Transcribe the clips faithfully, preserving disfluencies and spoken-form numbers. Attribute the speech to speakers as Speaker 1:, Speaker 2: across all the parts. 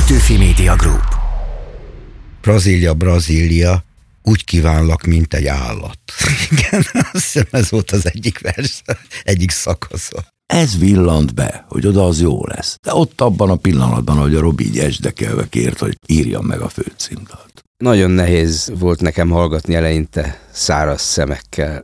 Speaker 1: Petőfi Media Group.
Speaker 2: Brazília, Brazília, úgy kívánlak, mint egy állat. Igen, azt hiszem ez volt az egyik vers, egyik szakasza.
Speaker 3: Ez villant be, hogy oda az jó lesz. De ott abban a pillanatban, hogy a Robi így esdekelve kért, hogy írjam meg a főcímdalt.
Speaker 4: Nagyon nehéz volt nekem hallgatni eleinte száraz szemekkel.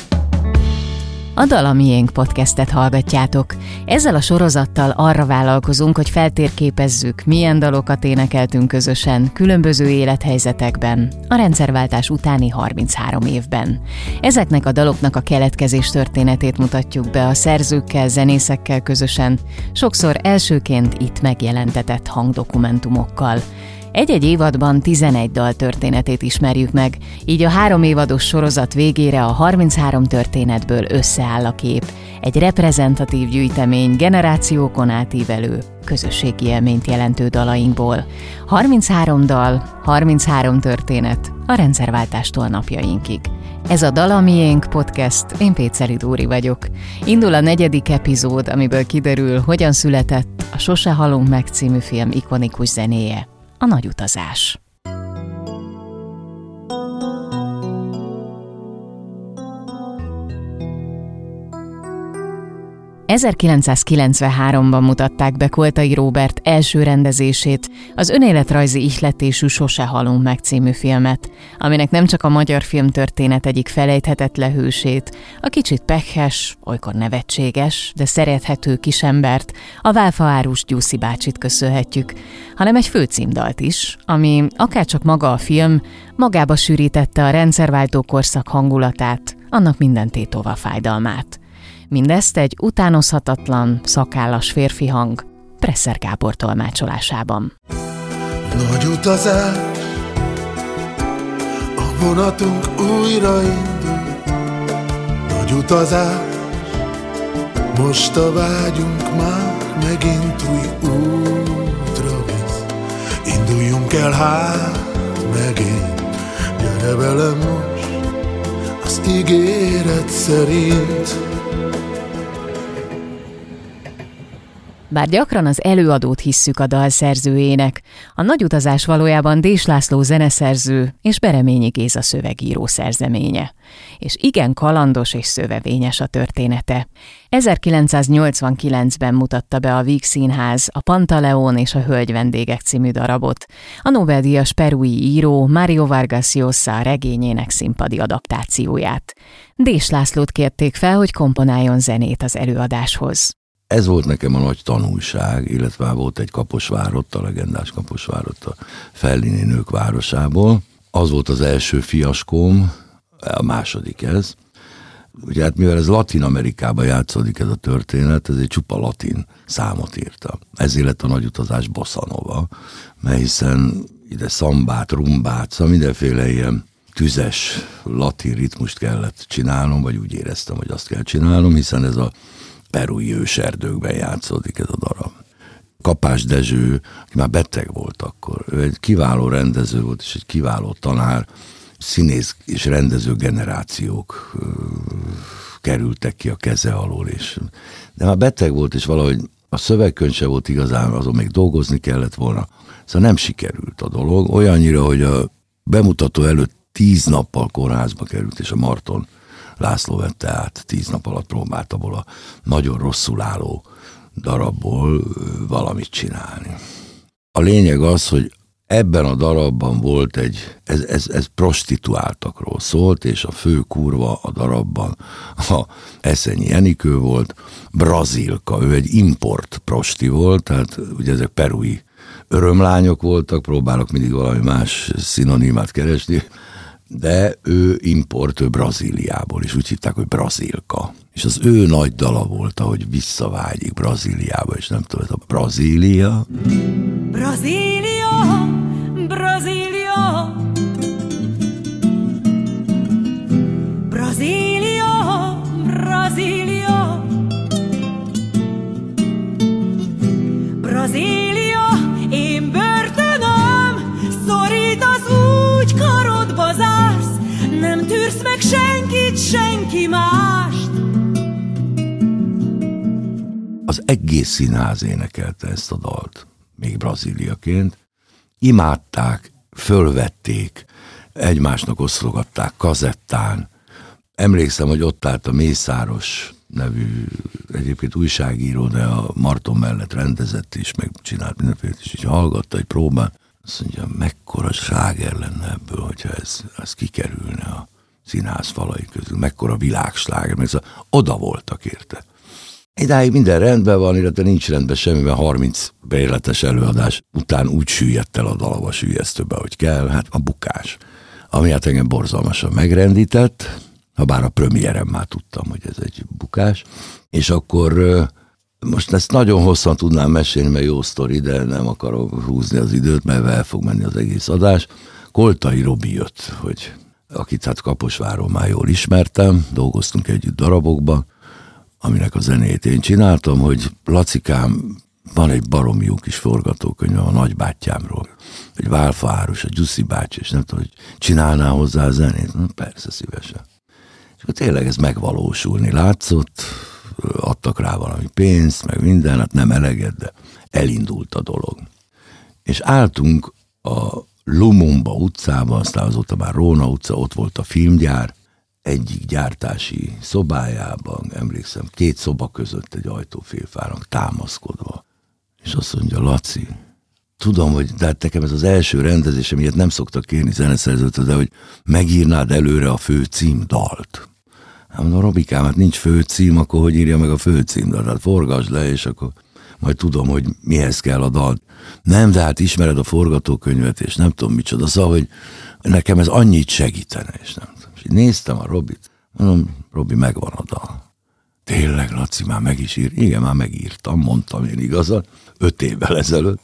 Speaker 5: A Dal a Miénk podcastet hallgatjátok. Ezzel a sorozattal arra vállalkozunk, hogy feltérképezzük, milyen dalokat énekeltünk közösen, különböző élethelyzetekben, a rendszerváltás utáni harminchárom évben. Ezeknek a daloknak a keletkezés történetét mutatjuk be a szerzőkkel, zenészekkel közösen, sokszor elsőként itt megjelentetett hangdokumentumokkal. Egy-egy évadban tizenegy dal történetét ismerjük meg, így a három évados sorozat végére a harminchárom történetből összeáll a kép. Egy reprezentatív gyűjtemény generációkon átívelő, közösségi élményt jelentő dalainkból. harminchárom dal, harminchárom történet, a rendszerváltástól napjainkig. Ez a Dal a Miénk podcast, én Péceli Dóri vagyok. Indul a negyedik epizód, amiből kiderül, hogyan született a Sose halunk meg című film ikonikus zenéje. A Nagy utazás. ezerkilencszázkilencvenháromban mutatták be Koltai Róbert első rendezését, az önéletrajzi ihletésű Sose halunk meg című filmet, aminek nem csak a magyar filmtörténet egyik felejthetetlen hősét, a kicsit pekhes, olykor nevetséges, de szerethető kisembert, a válfaárus Gyuszi bácsit köszönhetjük, hanem egy főcímdalt is, ami akárcsak maga a film, magába sűrítette a rendszerváltó korszak hangulatát, annak minden tétova fájdalmát. Mindezt egy utánozhatatlan, szakállas férfi hang Presser Gábor tolmácsolásában.
Speaker 6: Nagy utazás, a vonatunk újraindul. Nagy utazás, most a vágyunk már megint új útra visz. Induljunk el hát megint, gyere velem most, az ígéret szerint.
Speaker 5: Bár gyakran az előadót hisszük a dal szerzőjének, a Nagy utazás valójában Dés László zeneszerző és Bereményi Géza szövegíró szerzeménye. És igen kalandos és szövevényes a története. ezerkilencszáznyolcvankilencben mutatta be a Víg Színház a Pantaleón és a Hölgy vendégek című darabot, a Nobel-díjas perui író Mario Vargas Llosa regényének színpadi adaptációját. Dés Lászlót kérték fel, hogy komponáljon zenét az előadáshoz.
Speaker 3: Ez volt nekem a nagy tanulság, illetve volt egy Kaposvárott, a legendás Kaposvárott a Fellini nők városából. Az volt az első fiaskóm, a második ez. Ugye hát mivel ez Latin Amerikában játszódik ez a történet, ezért csupa latin számot írta. Ezért lett a Nagy utazás bossa nova, mert hiszen ide szambát, rumbát, szóval mindenféle ilyen tüzes latin ritmust kellett csinálnom, vagy úgy éreztem, hogy azt kell csinálnom, hiszen ez a perui őserdőkben játszódik ez a darab. Kapás Dezső, aki már beteg volt akkor, ő egy kiváló rendező volt, és egy kiváló tanár, színész és rendező generációk ö, kerültek ki a keze alól, és, de már beteg volt, és valahogy a szövegkönyv se volt igazán, azon még dolgozni kellett volna. Szóval nem sikerült a dolog, olyannyira, hogy a bemutató előtt tíz nappal kórházba került, és a Marton László vette át, tíz nap alatt próbált abból a nagyon rosszul álló darabból valamit csinálni. A lényeg az, hogy ebben a darabban volt egy, ez, ez, ez prostituáltakról szólt, és a fő kurva a darabban a Eszenyi Enikő volt, Brazilka, ő egy import prosti volt, tehát ugye ezek perui örömlányok voltak, próbálok mindig valami más szinonimát keresni, de ő import, ő Brazíliából, és úgy hívták, hogy Brazilka. És az ő nagy dala volt, ahogy visszavágyik Brazíliába, és nem tudom, ez a Brazília.
Speaker 7: Brazília, Brazília, Brazília, Brazília, Brazília, én börtönöm, szorít az úgy karodba zársz, nem tűrsz meg senkit, senki mást.
Speaker 3: Az egész színház énekelte ezt a dalt. még Brazíliaként. Imádták, fölvették, egymásnak osztogatták kazettán. Emlékszem, hogy ott állt a Mészáros nevű egyébként újságíró, de a Marton mellett rendezett is, meg csinált mindenféle is, így hallgatta egy próbán. Azt mondja, mekkora sláger lenne ebből, hogyha ez, ez kikerülne a színház falai közül, mekkora világsláger, mert szóval oda voltak érte. Idáig minden rendben van, illetve nincs rendben semmiben, harminc bérletes előadás után úgy süllyedt el a dal a süllyesztőbe, hogy kell, hát a bukás. Ami hát engem borzalmasan megrendített, ha bár a premiéren már tudtam, hogy ez egy bukás, és akkor most ezt nagyon hosszan tudnám mesélni, mert jó sztori, de nem akarom húzni az időt, mert el fog menni az egész adás. Koltai Robi jött, hogy akit hát Kaposváron már jól ismertem, dolgoztunk együtt darabokban, aminek a zenét én csináltam, hogy Lacikám, van egy baromi jó kis forgatókönyv a nagybátyámról, egy Válfa Árus, a Gyuszi bácsi, és nem tudom, hogy csinálná hozzá a zenét. Na, persze, szívesen. És akkor tényleg ez megvalósulni látszott, adtak rá valami pénzt, meg minden, hát nem eleget, de elindult a dolog. És álltunk a Lumumba utcában, aztán azóta már Róna utca, ott volt a filmgyár, egyik gyártási szobájában, emlékszem, két szoba között egy ajtófélfának támaszkodva. És azt mondja, Laci, tudom, hogy de hát nekem ez az első rendezésem, ilyet nem szoktak kérni zeneszerzőtől, de hogy megírnád előre a fő címdalt. Hát mondom, Robikám, hát nincs főcím, akkor hogy írja meg a főcímdalt? Hát forgasd le, és akkor majd tudom, hogy mihez kell a dal. Nem, de hát ismered a forgatókönyvet, és nem tudom micsoda, szóval, hogy nekem ez annyit segítene, és nem tudom. És néztem a Robit, mondom, Robi, megvan a dal. Tényleg, Laci, már meg is ír. Igen, már megírtam, mondtam én igazat, öt évvel ezelőtt.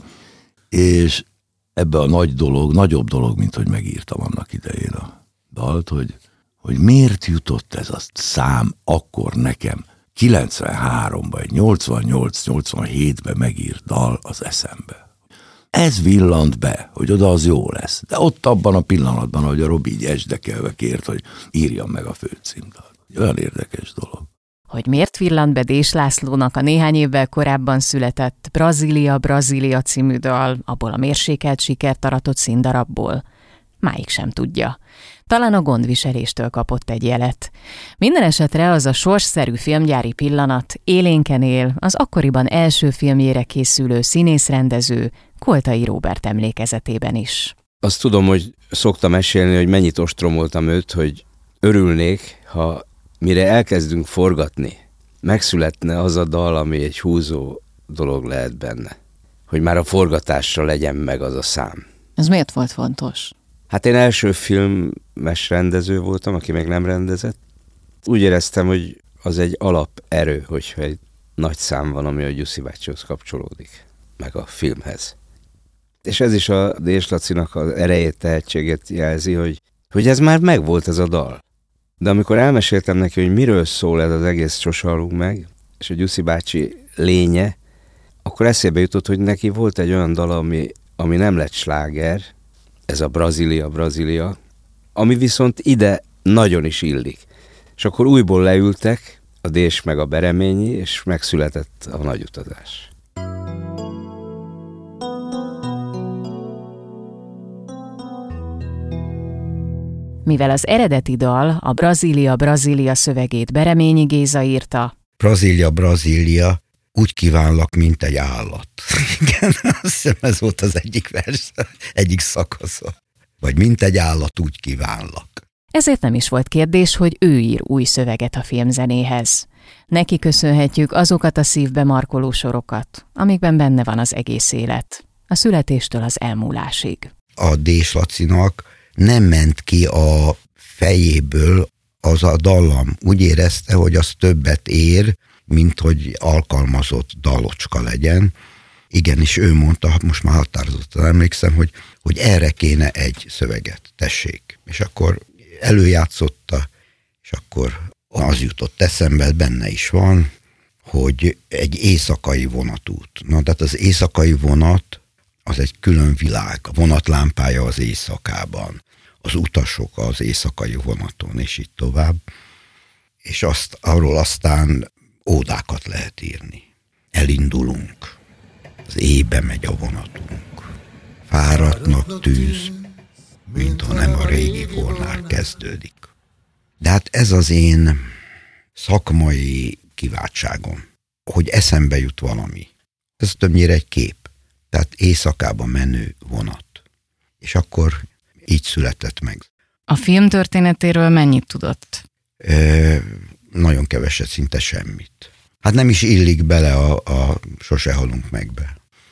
Speaker 3: És ebbe a nagy dolog, nagyobb dolog, mint hogy megírtam annak idején a dalt, hogy, hogy miért jutott ez a szám akkor nekem kilencvenháromban, egy nyolcvannyolc-nyolcvanhétben megírt dal az eszembe. Ez villant be, hogy oda az jó lesz. De ott abban a pillanatban, hogy a Robi így esdekelve kért, hogy írjam meg a főcímdalt. Olyan érdekes dolog.
Speaker 5: Hogy miért villant be Dés Lászlónak a néhány évvel korábban született Brazília, Brazília című dal, abból a mérsékelt sikert aratott színdarabból? Máig sem tudja. Talán a gondviseléstől kapott egy jelet. Minden esetre az a sorsszerű filmgyári pillanat élénken él az akkoriban első filmjére készülő színészrendező Koltai Róbert emlékezetében is.
Speaker 4: Azt tudom, hogy szoktam mesélni, hogy mennyit ostromoltam őt, hogy örülnék, ha mire elkezdünk forgatni, megszületne az a dal, ami egy húzó dolog lehet benne. Hogy már a forgatásra legyen meg az a szám.
Speaker 5: Ez miért volt fontos?
Speaker 4: Hát én első filmes rendező voltam, aki még nem rendezett. Úgy éreztem, hogy az egy alaperő, hogyha egy nagy szám van, ami a Gyuszi bácsihoz kapcsolódik, meg a filmhez. És ez is a Dés Lacinak az erejét, tehetségét jelzi, hogy, hogy ez már megvolt ez a dal. De amikor elmeséltem neki, hogy miről szól ez az egész Sose halunk meg, és a Gyuszi bácsi lénye, akkor eszébe jutott, hogy neki volt egy olyan dal, ami, ami nem lett sláger, ez a Brazília, Brazília, ami viszont ide nagyon is illik. És akkor újból leültek a Dés meg a Bereményi, és megszületett a nagy utazás.
Speaker 5: Mivel az eredeti dal, a Brazília, Brazília szövegét Bereményi Géza írta.
Speaker 2: Brazília, Brazília, úgy kívánlak, mint egy állat. Igen, azt hiszem ez volt az egyik vers, egyik szakasza. Vagy mint egy állat, úgy kívánlak.
Speaker 5: Ezért nem is volt kérdés, hogy ő ír új szöveget a filmzenéhez. Neki köszönhetjük azokat a szívbe markoló sorokat, amikben benne van az egész élet. A születéstől az elmúlásig.
Speaker 2: A Dés Lacinak nem ment ki a fejéből az a dallam. Úgy érezte, hogy az többet ér, mint hogy alkalmazott dalocska legyen. Igenis, ő mondta, most már határozottan emlékszem, hogy, hogy erre kéne egy szöveget, tessék. És akkor előjátszotta, és akkor az jutott eszembe, benne is van, hogy egy éjszakai vonatút. Na, tehát az éjszakai vonat az egy külön világ, a vonatlámpája az éjszakában, az utasok az éjszakai vonaton, és így tovább. És azt, arról aztán ódákat lehet írni. Elindulunk. Az éjbe megy a vonatunk. Fáradtnak tűz, mintha nem a régi volnál kezdődik. De hát ez az én szakmai kiváltságom, hogy eszembe jut valami. Ez többnyire egy kép. Tehát éjszakába menő vonat. És akkor így született meg.
Speaker 5: A film történetéről mennyit tudott?
Speaker 2: E, nagyon keveset, szinte semmit. Hát nem is illik bele a, a Sose halunk megbe.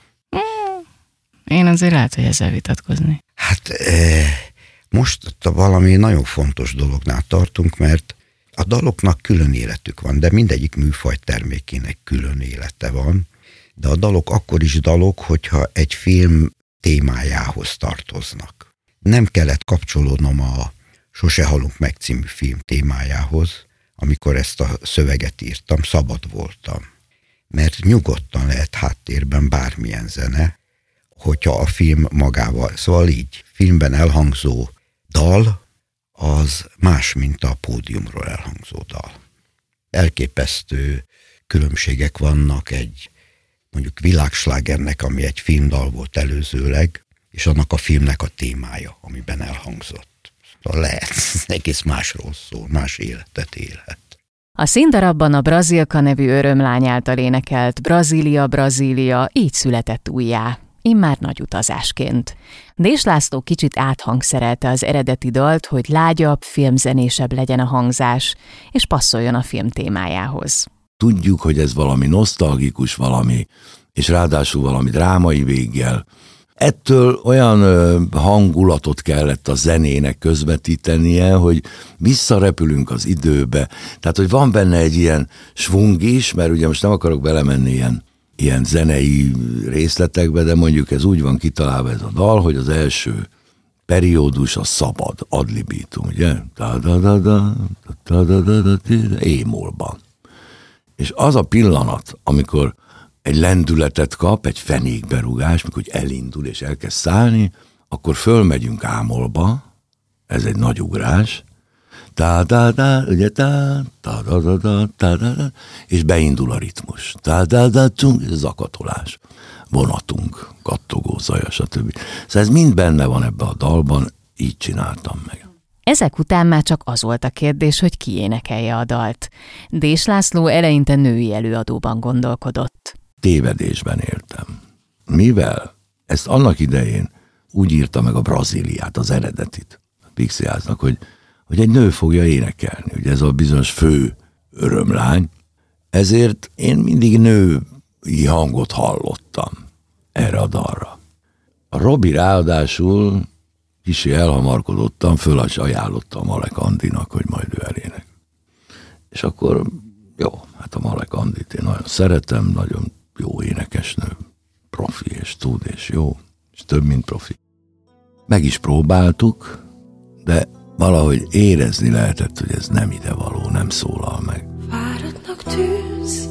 Speaker 5: Én azért lehet, hogy ezzel vitatkozni.
Speaker 2: Hát e, most valami nagyon fontos dolognál tartunk, mert a daloknak külön életük van, de mindegyik műfaj termékének külön élete van, de a dalok akkor is dalok, hogyha egy film témájához tartoznak. Nem kellett kapcsolódnom a Sose halunk meg című film témájához, amikor ezt a szöveget írtam, szabad voltam. Mert nyugodtan lehet háttérben bármilyen zene, hogyha a film magával, szóval így, filmben elhangzó dal, az más, mint a pódiumról elhangzó dal. Elképesztő különbségek vannak egy mondjuk világslágernek, ami egy filmdal volt előzőleg, és annak a filmnek a témája, amiben elhangzott. Szóval lehet, egész másról szól, más életet élhet.
Speaker 5: A színdarabban a Brazilka nevű örömlány által énekelt Brazília, Brazília így született újjá, immár nagy utazásként. Dés László kicsit áthangszerelte az eredeti dalt, hogy lágyabb, filmzenésebb legyen a hangzás, és passzoljon a film témájához.
Speaker 3: Tudjuk, hogy ez valami nosztalgikus valami, és ráadásul valami drámai véggel. Ettől olyan ö, hangulatot kellett a zenének közvetítenie, hogy visszarepülünk az időbe. Tehát, hogy van benne egy ilyen svung is, mert ugye most nem akarok belemenni ilyen, ilyen zenei részletekbe, de mondjuk ez úgy van kitalálva ez a dal, hogy az első periódus a szabad, adlibítum, ugye? É-molban. És az a pillanat, amikor egy lendületet kap, egy fenékberúgás, mikor elindul és elkezd szállni, akkor fölmegyünk ámolba, ez egy nagy ugrás, tá tá tá ugye tá tá tá tá tá tá és beindul a ritmus. tá tá tá ez zakatolás. Vonatunk, kattogó zaja, stb. Szóval ez mind benne van ebbe a dalban, így csináltam meg.
Speaker 5: Ezek után már csak az volt a kérdés, hogy ki énekelje a dalt. Dés László eleinte női előadóban gondolkodott.
Speaker 3: Tévedésben éltem. Mivel ezt annak idején úgy írta meg a Brazíliát, az eredetit a Pixiáznak, hogy, hogy egy nő fogja énekelni, ugye ez a bizonyos fő örömlány, ezért én mindig női hangot hallottam erre a dalra. A Robi ráadásul kicsi elhamarkodottan föl ajánlotta a Malek Andinak, hogy majd ő elének. És akkor jó, hát a Malek Andit én nagyon szeretem, nagyon jó énekesnő, profi, és tud, és jó, és több, mint profi. Meg is próbáltuk, de valahogy érezni lehetett, hogy ez nem idevaló, nem szólal meg.
Speaker 7: Fáradtnak tűz,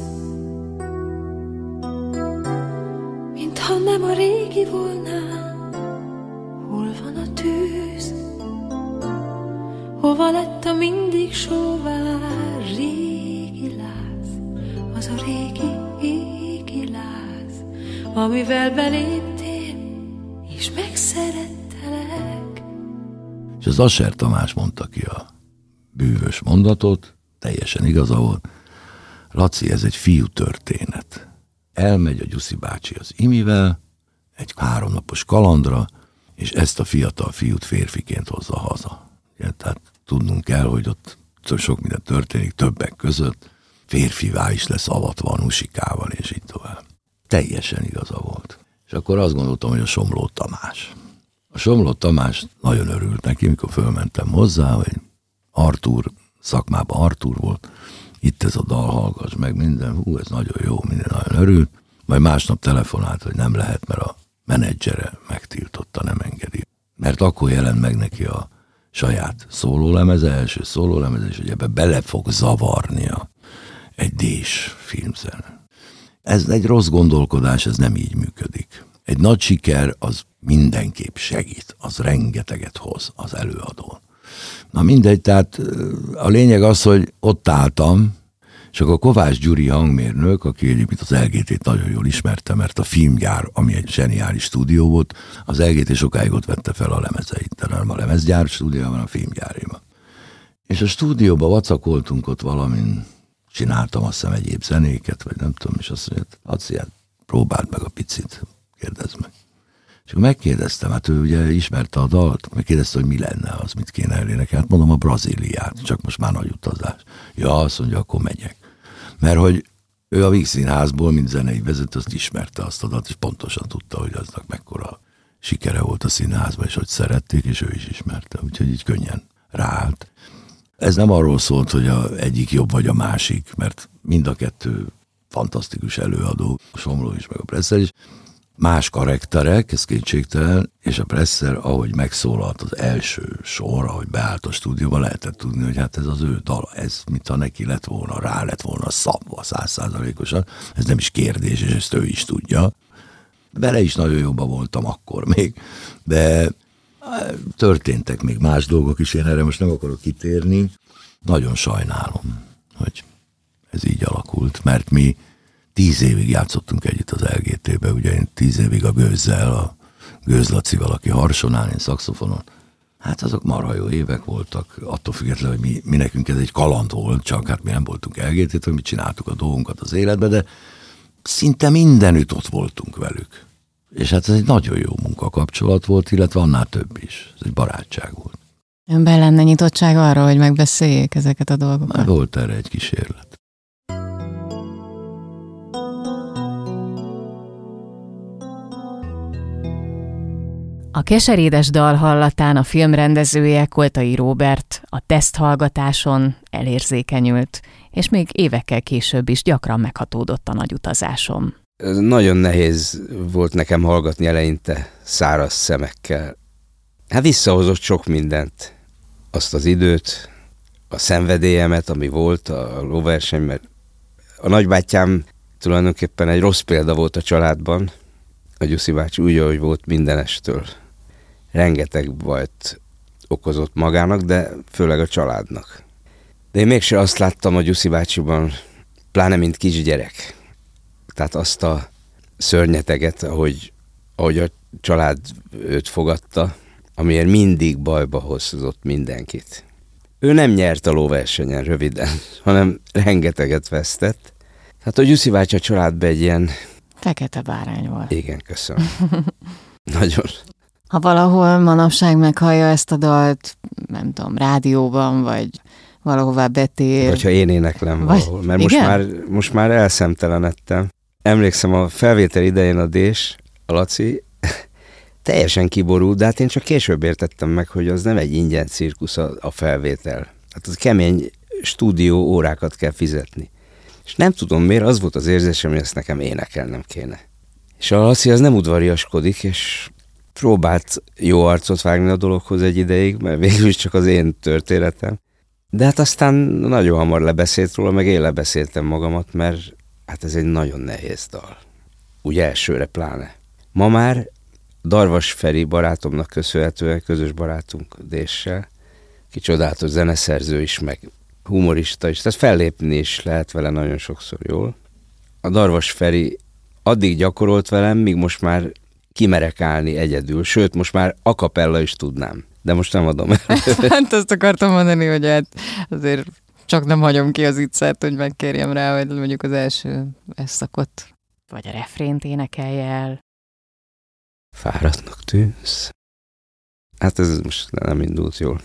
Speaker 7: mintha nem a régi volna. Hol van a tűz? Hova lett a mindig sóvár régi láz? Az a régi, régi láz, amivel beléptél, és megszerettelek.
Speaker 3: És az Asser Tamás mondta ki a bűvös mondatot, teljesen igaza volt. Laci, ez egy fiú történet. Elmegy a Gyuszi bácsi az Imivel, egy háromnapos kalandra, és ezt a fiatal fiút férfiként hozza haza. Ja, tehát tudnunk kell, hogy ott sok minden történik, többek között férfivá is lesz avatva a nusikával, és így tovább. Teljesen igaza volt. És akkor azt gondoltam, hogy a Somló Tamás. A Somló Tamás nagyon örült neki, mikor fölmentem hozzá, hogy Artúr, szakmában Artúr volt, itt ez a dal, hallgass meg minden, hú, ez nagyon jó, minden nagyon örült, majd másnap telefonált, hogy nem lehet, mert a menedzsere megtiltotta, nem engedi. Mert akkor jelent meg neki a saját szólólemeze, első szólólemeze, és hogy ebbe bele fog zavarnia egy dés filmzene. Ez egy rossz gondolkodás, ez nem így működik. Egy nagy siker az mindenképp segít, az rengeteget hoz az előadón. Na mindegy, tehát a lényeg az, hogy ott álltam, És akkor Kovács Gyuri hangmérnök, aki egyébként az el gé té-t nagyon jól ismerte, mert a filmgyár, ami egy zseniális stúdió volt, az el gé té sokáig ott vette fel a lemezeit, de nem a lemezgyár stúdióban, a filmgyáréban. És a stúdióban vacakoltunk ott valamin, csináltam azt hiszem egyéb zenéket, vagy nem tudom, és azt mondja, Laci, hát próbáld meg a picit, kérdezd meg. És akkor megkérdeztem, hát ő ugye ismerte a dalt, megkérdezte, hogy mi lenne az, mit kéne elénekelni. Hát mondom, a Brazíliát, csak most már nagy utazás. Ja, azt mondja, akkor megyek. Mert hogy ő a Víg Színházból, mint zenei vezető, azt ismerte azt a dalt, és pontosan tudta, hogy aznak mekkora sikere volt a színházban, és hogy szerették, és ő is ismerte. Úgyhogy így könnyen ráállt. Ez nem arról szólt, hogy a egyik jobb vagy a másik, mert mind a kettő fantasztikus előadó, a Somló is, meg a Presser is. Más karakterek, ez kétségtelen, és a Presser, ahogy megszólalt az első sor, ahogy beállt a stúdióba, lehetett tudni, hogy hát ez az ő dala, ez mintha neki lett volna, rá lett volna szabva százszázalékosan, ez nem is kérdés, és ezt ő is tudja. Vele is nagyon jobban voltam akkor még, de történtek még más dolgok is, én erre most nem akarok kitérni. Nagyon sajnálom, hogy ez így alakult, mert mi tíz évig játszottunk együtt az el gé té-be, ugye én tíz évig a Gőzzel, a Gőz Lacival, aki harsonál, én szaxofonon. Hát azok marha jó évek voltak, attól függetlenül, hogy mi, mi nekünk ez egy kaland volt, csak hát mi nem voltunk el gé té-t, hogy mi csináltuk a dolgunkat az életbe, de szinte mindenütt ott voltunk velük. És hát ez egy nagyon jó munkakapcsolat volt, illetve annál több is. Ez egy barátság volt.
Speaker 5: Önben lenne nyitottság arra, hogy megbeszéljék ezeket a dolgokat?
Speaker 3: Már volt erre egy kísérlet.
Speaker 5: A keserédes dal hallatán a film rendezője, Koltai Róbert a teszthallgatáson elérzékenyült, és még évekkel később is gyakran meghatódott a nagy utazásom.
Speaker 4: Ez nagyon nehéz volt nekem hallgatni eleinte száraz szemekkel. Hát visszahozott sok mindent. Azt az időt, a szenvedélyemet, ami volt a lóverseny, mert a nagybátyám tulajdonképpen egy rossz példa volt a családban. A Gyuszi bácsi úgy, ahogy volt mindenestől. Rengeteg bajt okozott magának, de főleg a családnak. De én mégse azt láttam a Gyuszi bácsiban, pláne mint kisgyerek. Tehát azt a szörnyeteget, ahogy, ahogy a család őt fogadta, amiért mindig bajba hozott mindenkit. Ő nem nyert a lóversenyen röviden, hanem rengeteget vesztett. Hát a Gyuszi bácsi a családban egy ilyen...
Speaker 5: Fekete bárány volt.
Speaker 4: Igen, köszönöm. Nagyon.
Speaker 5: Ha valahol manapság meghallja ezt a dalt, nem tudom, rádióban, vagy valahová betér.
Speaker 4: Vagy ha én éneklem
Speaker 5: vagy...
Speaker 4: valahol, mert most már, most már elszemtelenedtem. Emlékszem, a felvétel idején a Dés, a Laci, teljesen kiborult, de hát én csak később értettem meg, hogy az nem egy ingyen cirkusz a, a felvétel. Hát az kemény stúdió órákat kell fizetni. És nem tudom miért, az volt az érzésem, hogy ezt nekem énekelnem kéne. És a Laci az nem udvariaskodik, és próbált jó arcot vágni a dologhoz egy ideig, mert végül is csak az én történetem. De hát aztán nagyon hamar lebeszélt róla, meg én lebeszéltem magamat, mert hát ez egy nagyon nehéz dal. Úgy elsőre pláne. Ma már Darvas Feri barátomnak köszönhetően, közös barátunk Déssel, ki csodálatos zeneszerző is, meg humorista is, tehát fellépni is lehet vele nagyon sokszor jól. A Darvas Feri addig gyakorolt velem, míg most már kimerek állni egyedül, sőt, most már a cappella is tudnám, de most nem adom el.
Speaker 5: Hát azt akartam mondani, hogy hát azért csak nem hagyom ki az ittszert, hogy megkérjem rá, hogy mondjuk az első eszakot, vagy a refrént énekelje el.
Speaker 4: Fáradtnak tűnsz. Hát ez most nem indult jól.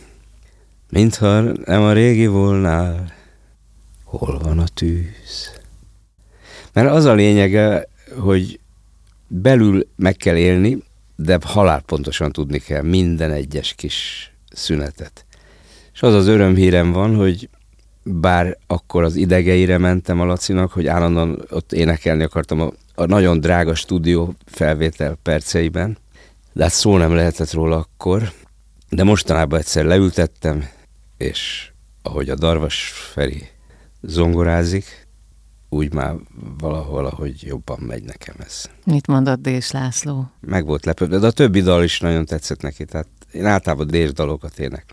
Speaker 4: Mintha nem a régi volnál, hol van a tűz? Mert az a lényege, hogy belül meg kell élni, de halálpontosan tudni kell minden egyes kis szünetet. És az az örömhírem van, hogy bár akkor az idegeire mentem a Lacinak, hogy állandóan ott énekelni akartam a, a nagyon drága stúdió felvétel perceiben, de hát szó nem lehetett róla akkor, de mostanában egyszer leültettem, és ahogy a Darvas Feri zongorázik, úgy már valahol, ahogy jobban megy nekem ez.
Speaker 5: Mit mondott Dés László?
Speaker 4: Meg volt lepődve, de a többi dal is nagyon tetszett neki, tehát én általában Dés dalokat éneklek.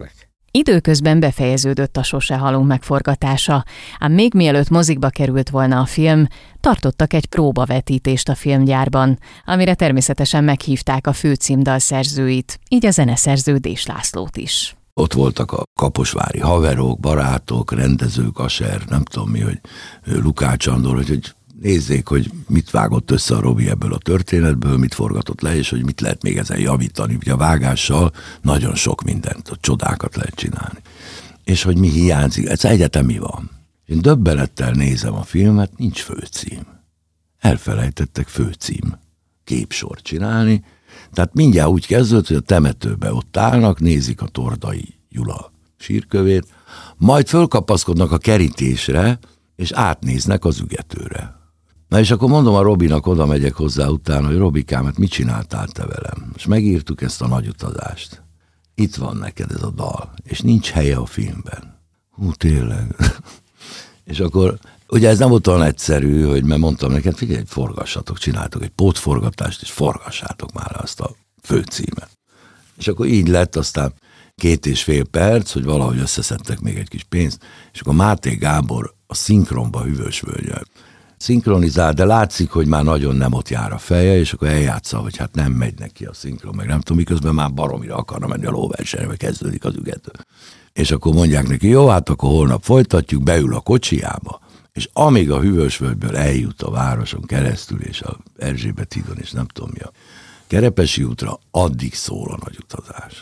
Speaker 5: Időközben befejeződött a Sose halunk megforgatása, ám még mielőtt mozikba került volna a film, tartottak egy próbavetítést a filmgyárban, amire természetesen meghívták a főcímdal szerzőit, így a zeneszerző Dés Lászlót is.
Speaker 3: Ott voltak a kaposvári haverok, barátok, rendezők, Aser, nem tudom mi, hogy Lukács Andor, hogy, hogy nézzék, hogy mit vágott össze a Robi ebből a történetből, mit forgatott le, és hogy mit lehet még ezen javítani. Ugye a vágással nagyon sok mindent, csodákat lehet csinálni. És hogy mi hiányzik, ez egyetem mi van. Én döbbenettel nézem a filmet, nincs főcím. Elfelejtettek főcím képsort csinálni, tehát mindjárt úgy kezdődött, hogy a temetőbe ott állnak, nézik a Tordai Gyula sírkövét, majd fölkapaszkodnak a kerítésre, és átnéznek az ügetőre. Na és akkor mondom a Robinak, oda megyek hozzá utána, hogy Robikám, hát mit csináltál te velem? És megírtuk ezt a nagy utazást. Itt van neked ez a dal, és nincs helye a filmben. Hú, tényleg. És akkor, ugye ez nem volt olyan egyszerű, hogy mert mondtam neked, figyelj, forgassatok, csináltok egy pótforgatást, és forgassátok már azt a főcímet. És akkor így lett aztán két és fél perc, hogy valahogy összeszedtek még egy kis pénzt, és akkor Máté Gábor a szinkronba Hűvösvölgyel szinkronizál, de látszik, hogy már nagyon nem ott jár a feje, és akkor eljátsza, hogy hát nem megy neki a szinkron, meg nem tudom, miközben már baromira akarna menni a lóversenyre, vagy kezdődik az ügető. És akkor mondják neki, jó, hát akkor holnap folytatjuk, beül a kocsiába, és amíg a Hűvösvölgyből eljut a városon keresztül, és a Erzsébet hídon, és nem tudom mi a Kerepesi útra, addig szól a nagy utazás.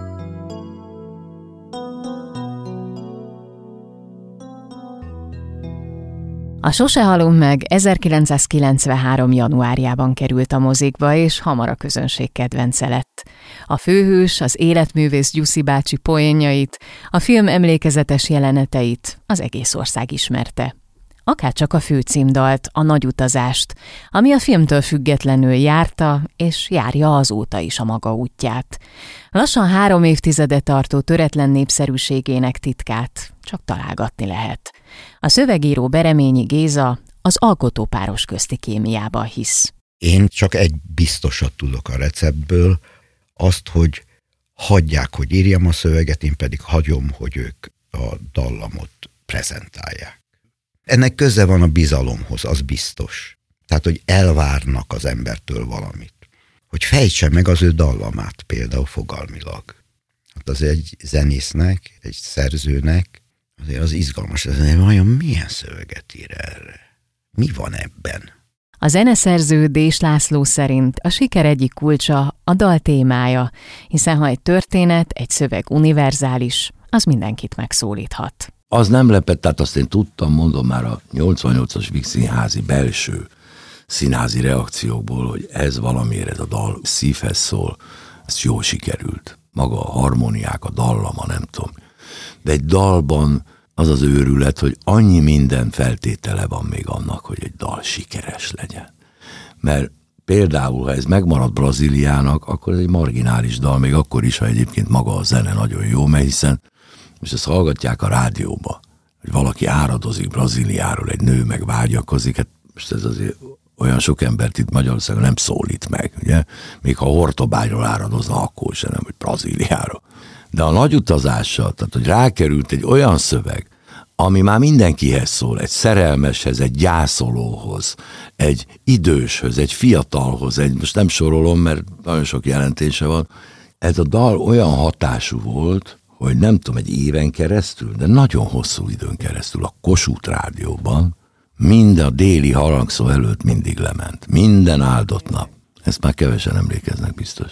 Speaker 5: A Sose halunk meg ezerkilencszázkilencvenhárom. januárjában került a mozikba, és hamar a közönség kedvence lett. A főhős, az életművész Gyuszi bácsi poénjait, a film emlékezetes jeleneteit az egész ország ismerte. Akárcsak a főcímdalt, a nagy utazást, ami a filmtől függetlenül járta, és járja azóta is a maga útját. Lassan három évtizede tartó töretlen népszerűségének titkát csak találgatni lehet. A szövegíró Bereményi Géza az alkotópáros közti kémiában hisz.
Speaker 2: Én csak egy biztosat tudok a receptből, azt, hogy hagyják, hogy írjam a szöveget, én pedig hagyom, hogy ők a dallamot prezentálják. Ennek köze van a bizalomhoz, az biztos. Tehát, hogy elvárnak az embertől valamit. Hogy fejtse meg az ő dallamát például fogalmilag. Hát az egy zenésznek, egy szerzőnek azért az izgalmas, hogy vajon milyen szöveget ír erre? Mi van ebben?
Speaker 5: A zeneszerző Dés László szerint a siker egyik kulcsa a dal témája, hiszen ha egy történet, egy szöveg univerzális, az mindenkit megszólíthat.
Speaker 3: Az nem lepett, tehát azt én tudtam, mondom már a nyolcvannyolcas Víg Színházi belső színházi reakciókból, hogy ez valamiért, ez a dal szívhez szól, ez jól sikerült. Maga a harmóniák, a dallama, nem tudom. De egy dalban az az őrület, hogy annyi minden feltétele van még annak, hogy egy dal sikeres legyen. Mert például, ha ez megmarad Brazíliának, akkor ez egy marginális dal, még akkor is, ha egyébként maga a zene nagyon jó, mert hiszen most ezt hallgatják a rádióba, hogy valaki áradozik Brazíliáról, egy nő meg vágyakozik, hát most ez azért olyan sok embert itt Magyarországon nem szólít meg, ugye? Még ha Hortobágyról áradozna, akkor sem, nem, hogy Brazíliáról. De a nagy utazással, tehát hogy rákerült egy olyan szöveg, ami már mindenkihez szól, egy szerelmeshez, egy gyászolóhoz, egy időshöz, egy fiatalhoz, egy, most nem sorolom, mert nagyon sok jelentése van. Ez a dal olyan hatású volt, hogy nem tudom, egy éven keresztül, de nagyon hosszú időn keresztül a Kossuth Rádióban minden a déli harangszó előtt mindig lement. Minden áldott nap. Ezt már kevesen emlékeznek biztos.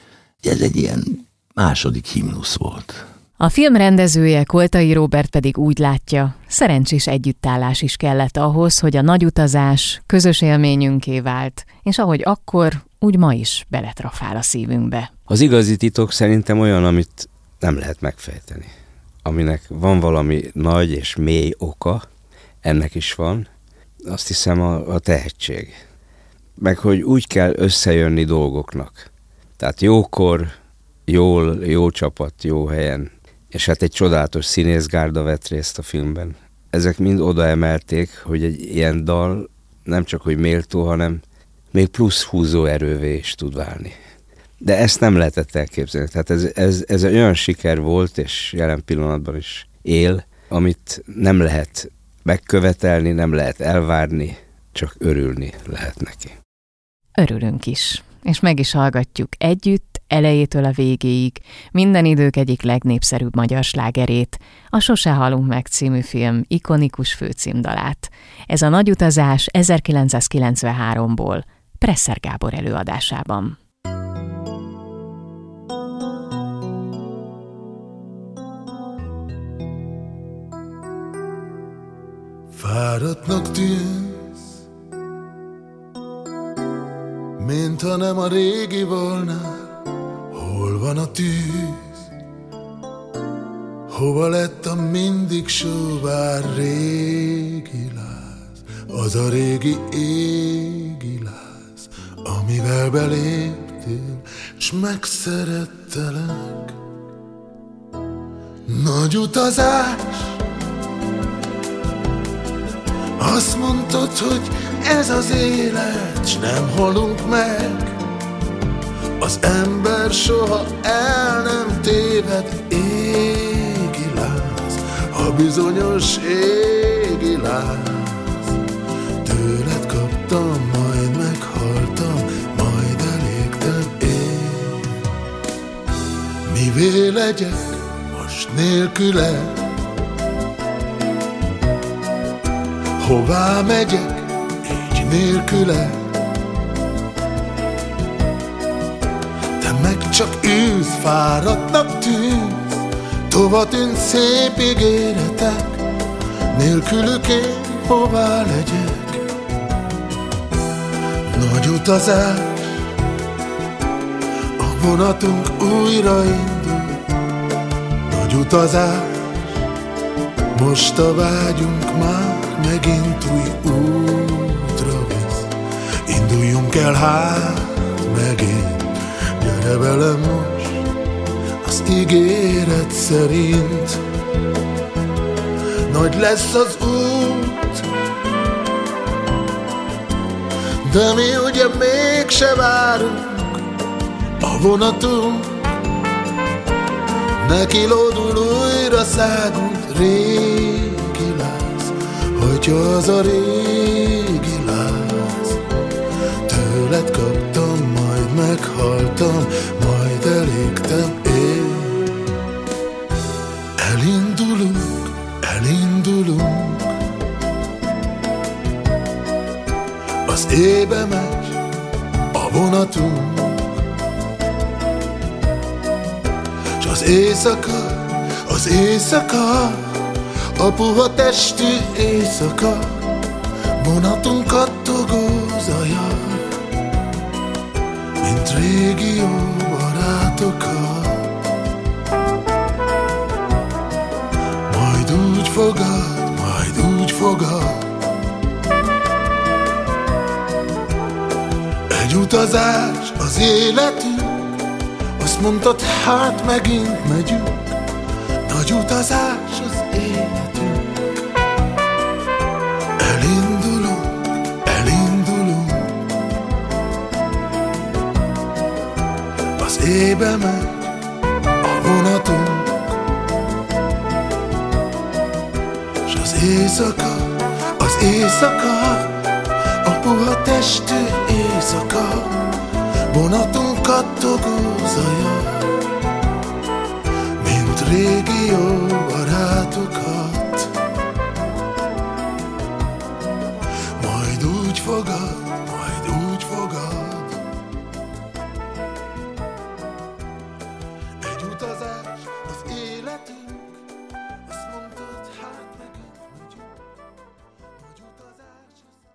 Speaker 3: Ez egy ilyen második himnusz volt.
Speaker 5: A film rendezője, Koltai Róbert pedig úgy látja, szerencsés együttállás is kellett ahhoz, hogy a nagy utazás közös élményünké vált, és ahogy akkor, úgy ma is beletrafál a szívünkbe.
Speaker 4: Az igazi titok szerintem olyan, amit nem lehet megfejteni. Aminek van valami nagy és mély oka, ennek is van, azt hiszem a, a tehetség. Meg hogy úgy kell összejönni dolgoknak. Tehát jókor, jól, jó csapat, jó helyen, és hát egy csodálatos színészgárda vett részt a filmben. Ezek mind oda emelték, hogy egy ilyen dal nem csak hogy méltó, hanem még plusz húzó erővé is tud válni. De ezt nem lehetett elképzelni. Tehát ez, ez, ez olyan siker volt, és jelen pillanatban is él, amit nem lehet megkövetelni, nem lehet elvárni, csak örülni lehet neki.
Speaker 5: Örülünk is, és meg is hallgatjuk együtt, elejétől a végéig, minden idők egyik legnépszerűbb magyar slágerét, a Sose halunk meg című film ikonikus főcímdalát. Ez a Nagy utazás ezerkilencszázkilencvenháromból, Presser Gábor előadásában.
Speaker 6: Fáradtnak tűnsz, mintha nem a régi volna. Hol van a tűz? Hova lett a mindig sóvár régi láz? Az a régi égi láz, amivel beléptél, s megszerettelek. Nagy utazás, azt mondtad, hogy ez az élet, s nem halunk meg. Az ember soha el nem téved, égi láz, a bizonyos égi láz. Tőled kaptam, majd meghaltam, majd elégtem én. Mivé legyek most nélküled? Hová megyek így nélküle? Te meg csak ülsz, fáradtnak tűnsz, tova tűnt szép ígéretek, nélkülük én hová legyek? Nagy utazás, a vonatunk újra indul. Nagy utazás, most a vágyunk már megint új útra visz. Induljunk el hát megint, gyere velem most az ígéret szerint. Nagy lesz az út, de mi ugye mégse várunk. A vonatunk neki lódul, újra szágult. Régi láz, hogyha az a régi láz. Tőled kaptam, majd meghaltam, majd elégtem én. Elindulunk, elindulunk, az éjbe megy a vonatunk, s az éjszaka, az éjszaka, a puha testű éjszaka, vonatunk kattogó zaja, mint régi jó barátokat. Majd úgy fogad, majd úgy fogad. Egy utazás az életünk, azt mondtad, hát megint megyünk. Nagy utazás az életünk. Elindulunk, elindulunk, az éjbe megy a vonatunk, s az éjszaka, az éjszaka, a puha testű éjszaka, vonatunk kattogó zaja, mint régi jó barátokat. Majd úgy fogad, majd úgy fogad. Egy utazás az életünk, azt mondtad, hát megint megyünk. Nagy utazás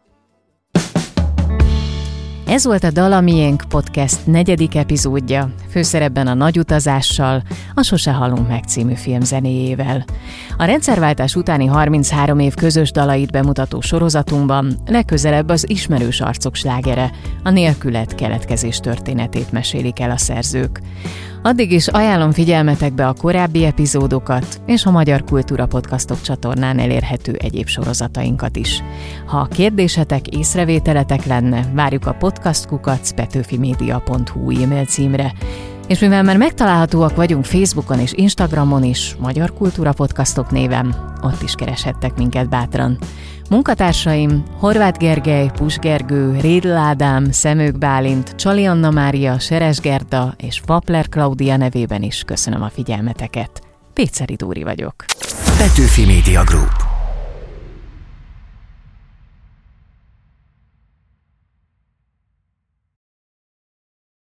Speaker 6: az...
Speaker 5: Ez volt a Dal a miénk podcast negyedik epizódja, főszerepben a Nagy utazással, a Sose halunk meg című film zenéjével. A rendszerváltás utáni harminchárom év közös dalait bemutató sorozatunkban legközelebb az ismerős arcok slágere, a Nélküled keletkezés történetét mesélik el a szerzők. Addig is ajánlom figyelmetekbe a korábbi epizódokat és a Magyar Kultúra Podcastok csatornán elérhető egyéb sorozatainkat is. Ha kérdésetek, észrevételetek lenne, várjuk a podcast kukac petőfimedia pont hu e-mail címre. És mivel már megtalálhatóak vagyunk Facebookon és Instagramon is, Magyar Kultúra Podcastok néven, ott is kereshettek minket bátran. Munkatársaim Horváth Gergely, Pus Gergő, Rédl Ádám, Szemők Bálint, Csali Anna Mária, Seres Gerda és Vapler Klaudia nevében is köszönöm a figyelmeteket. Péceri Dóri vagyok.
Speaker 1: Petőfi Media Group.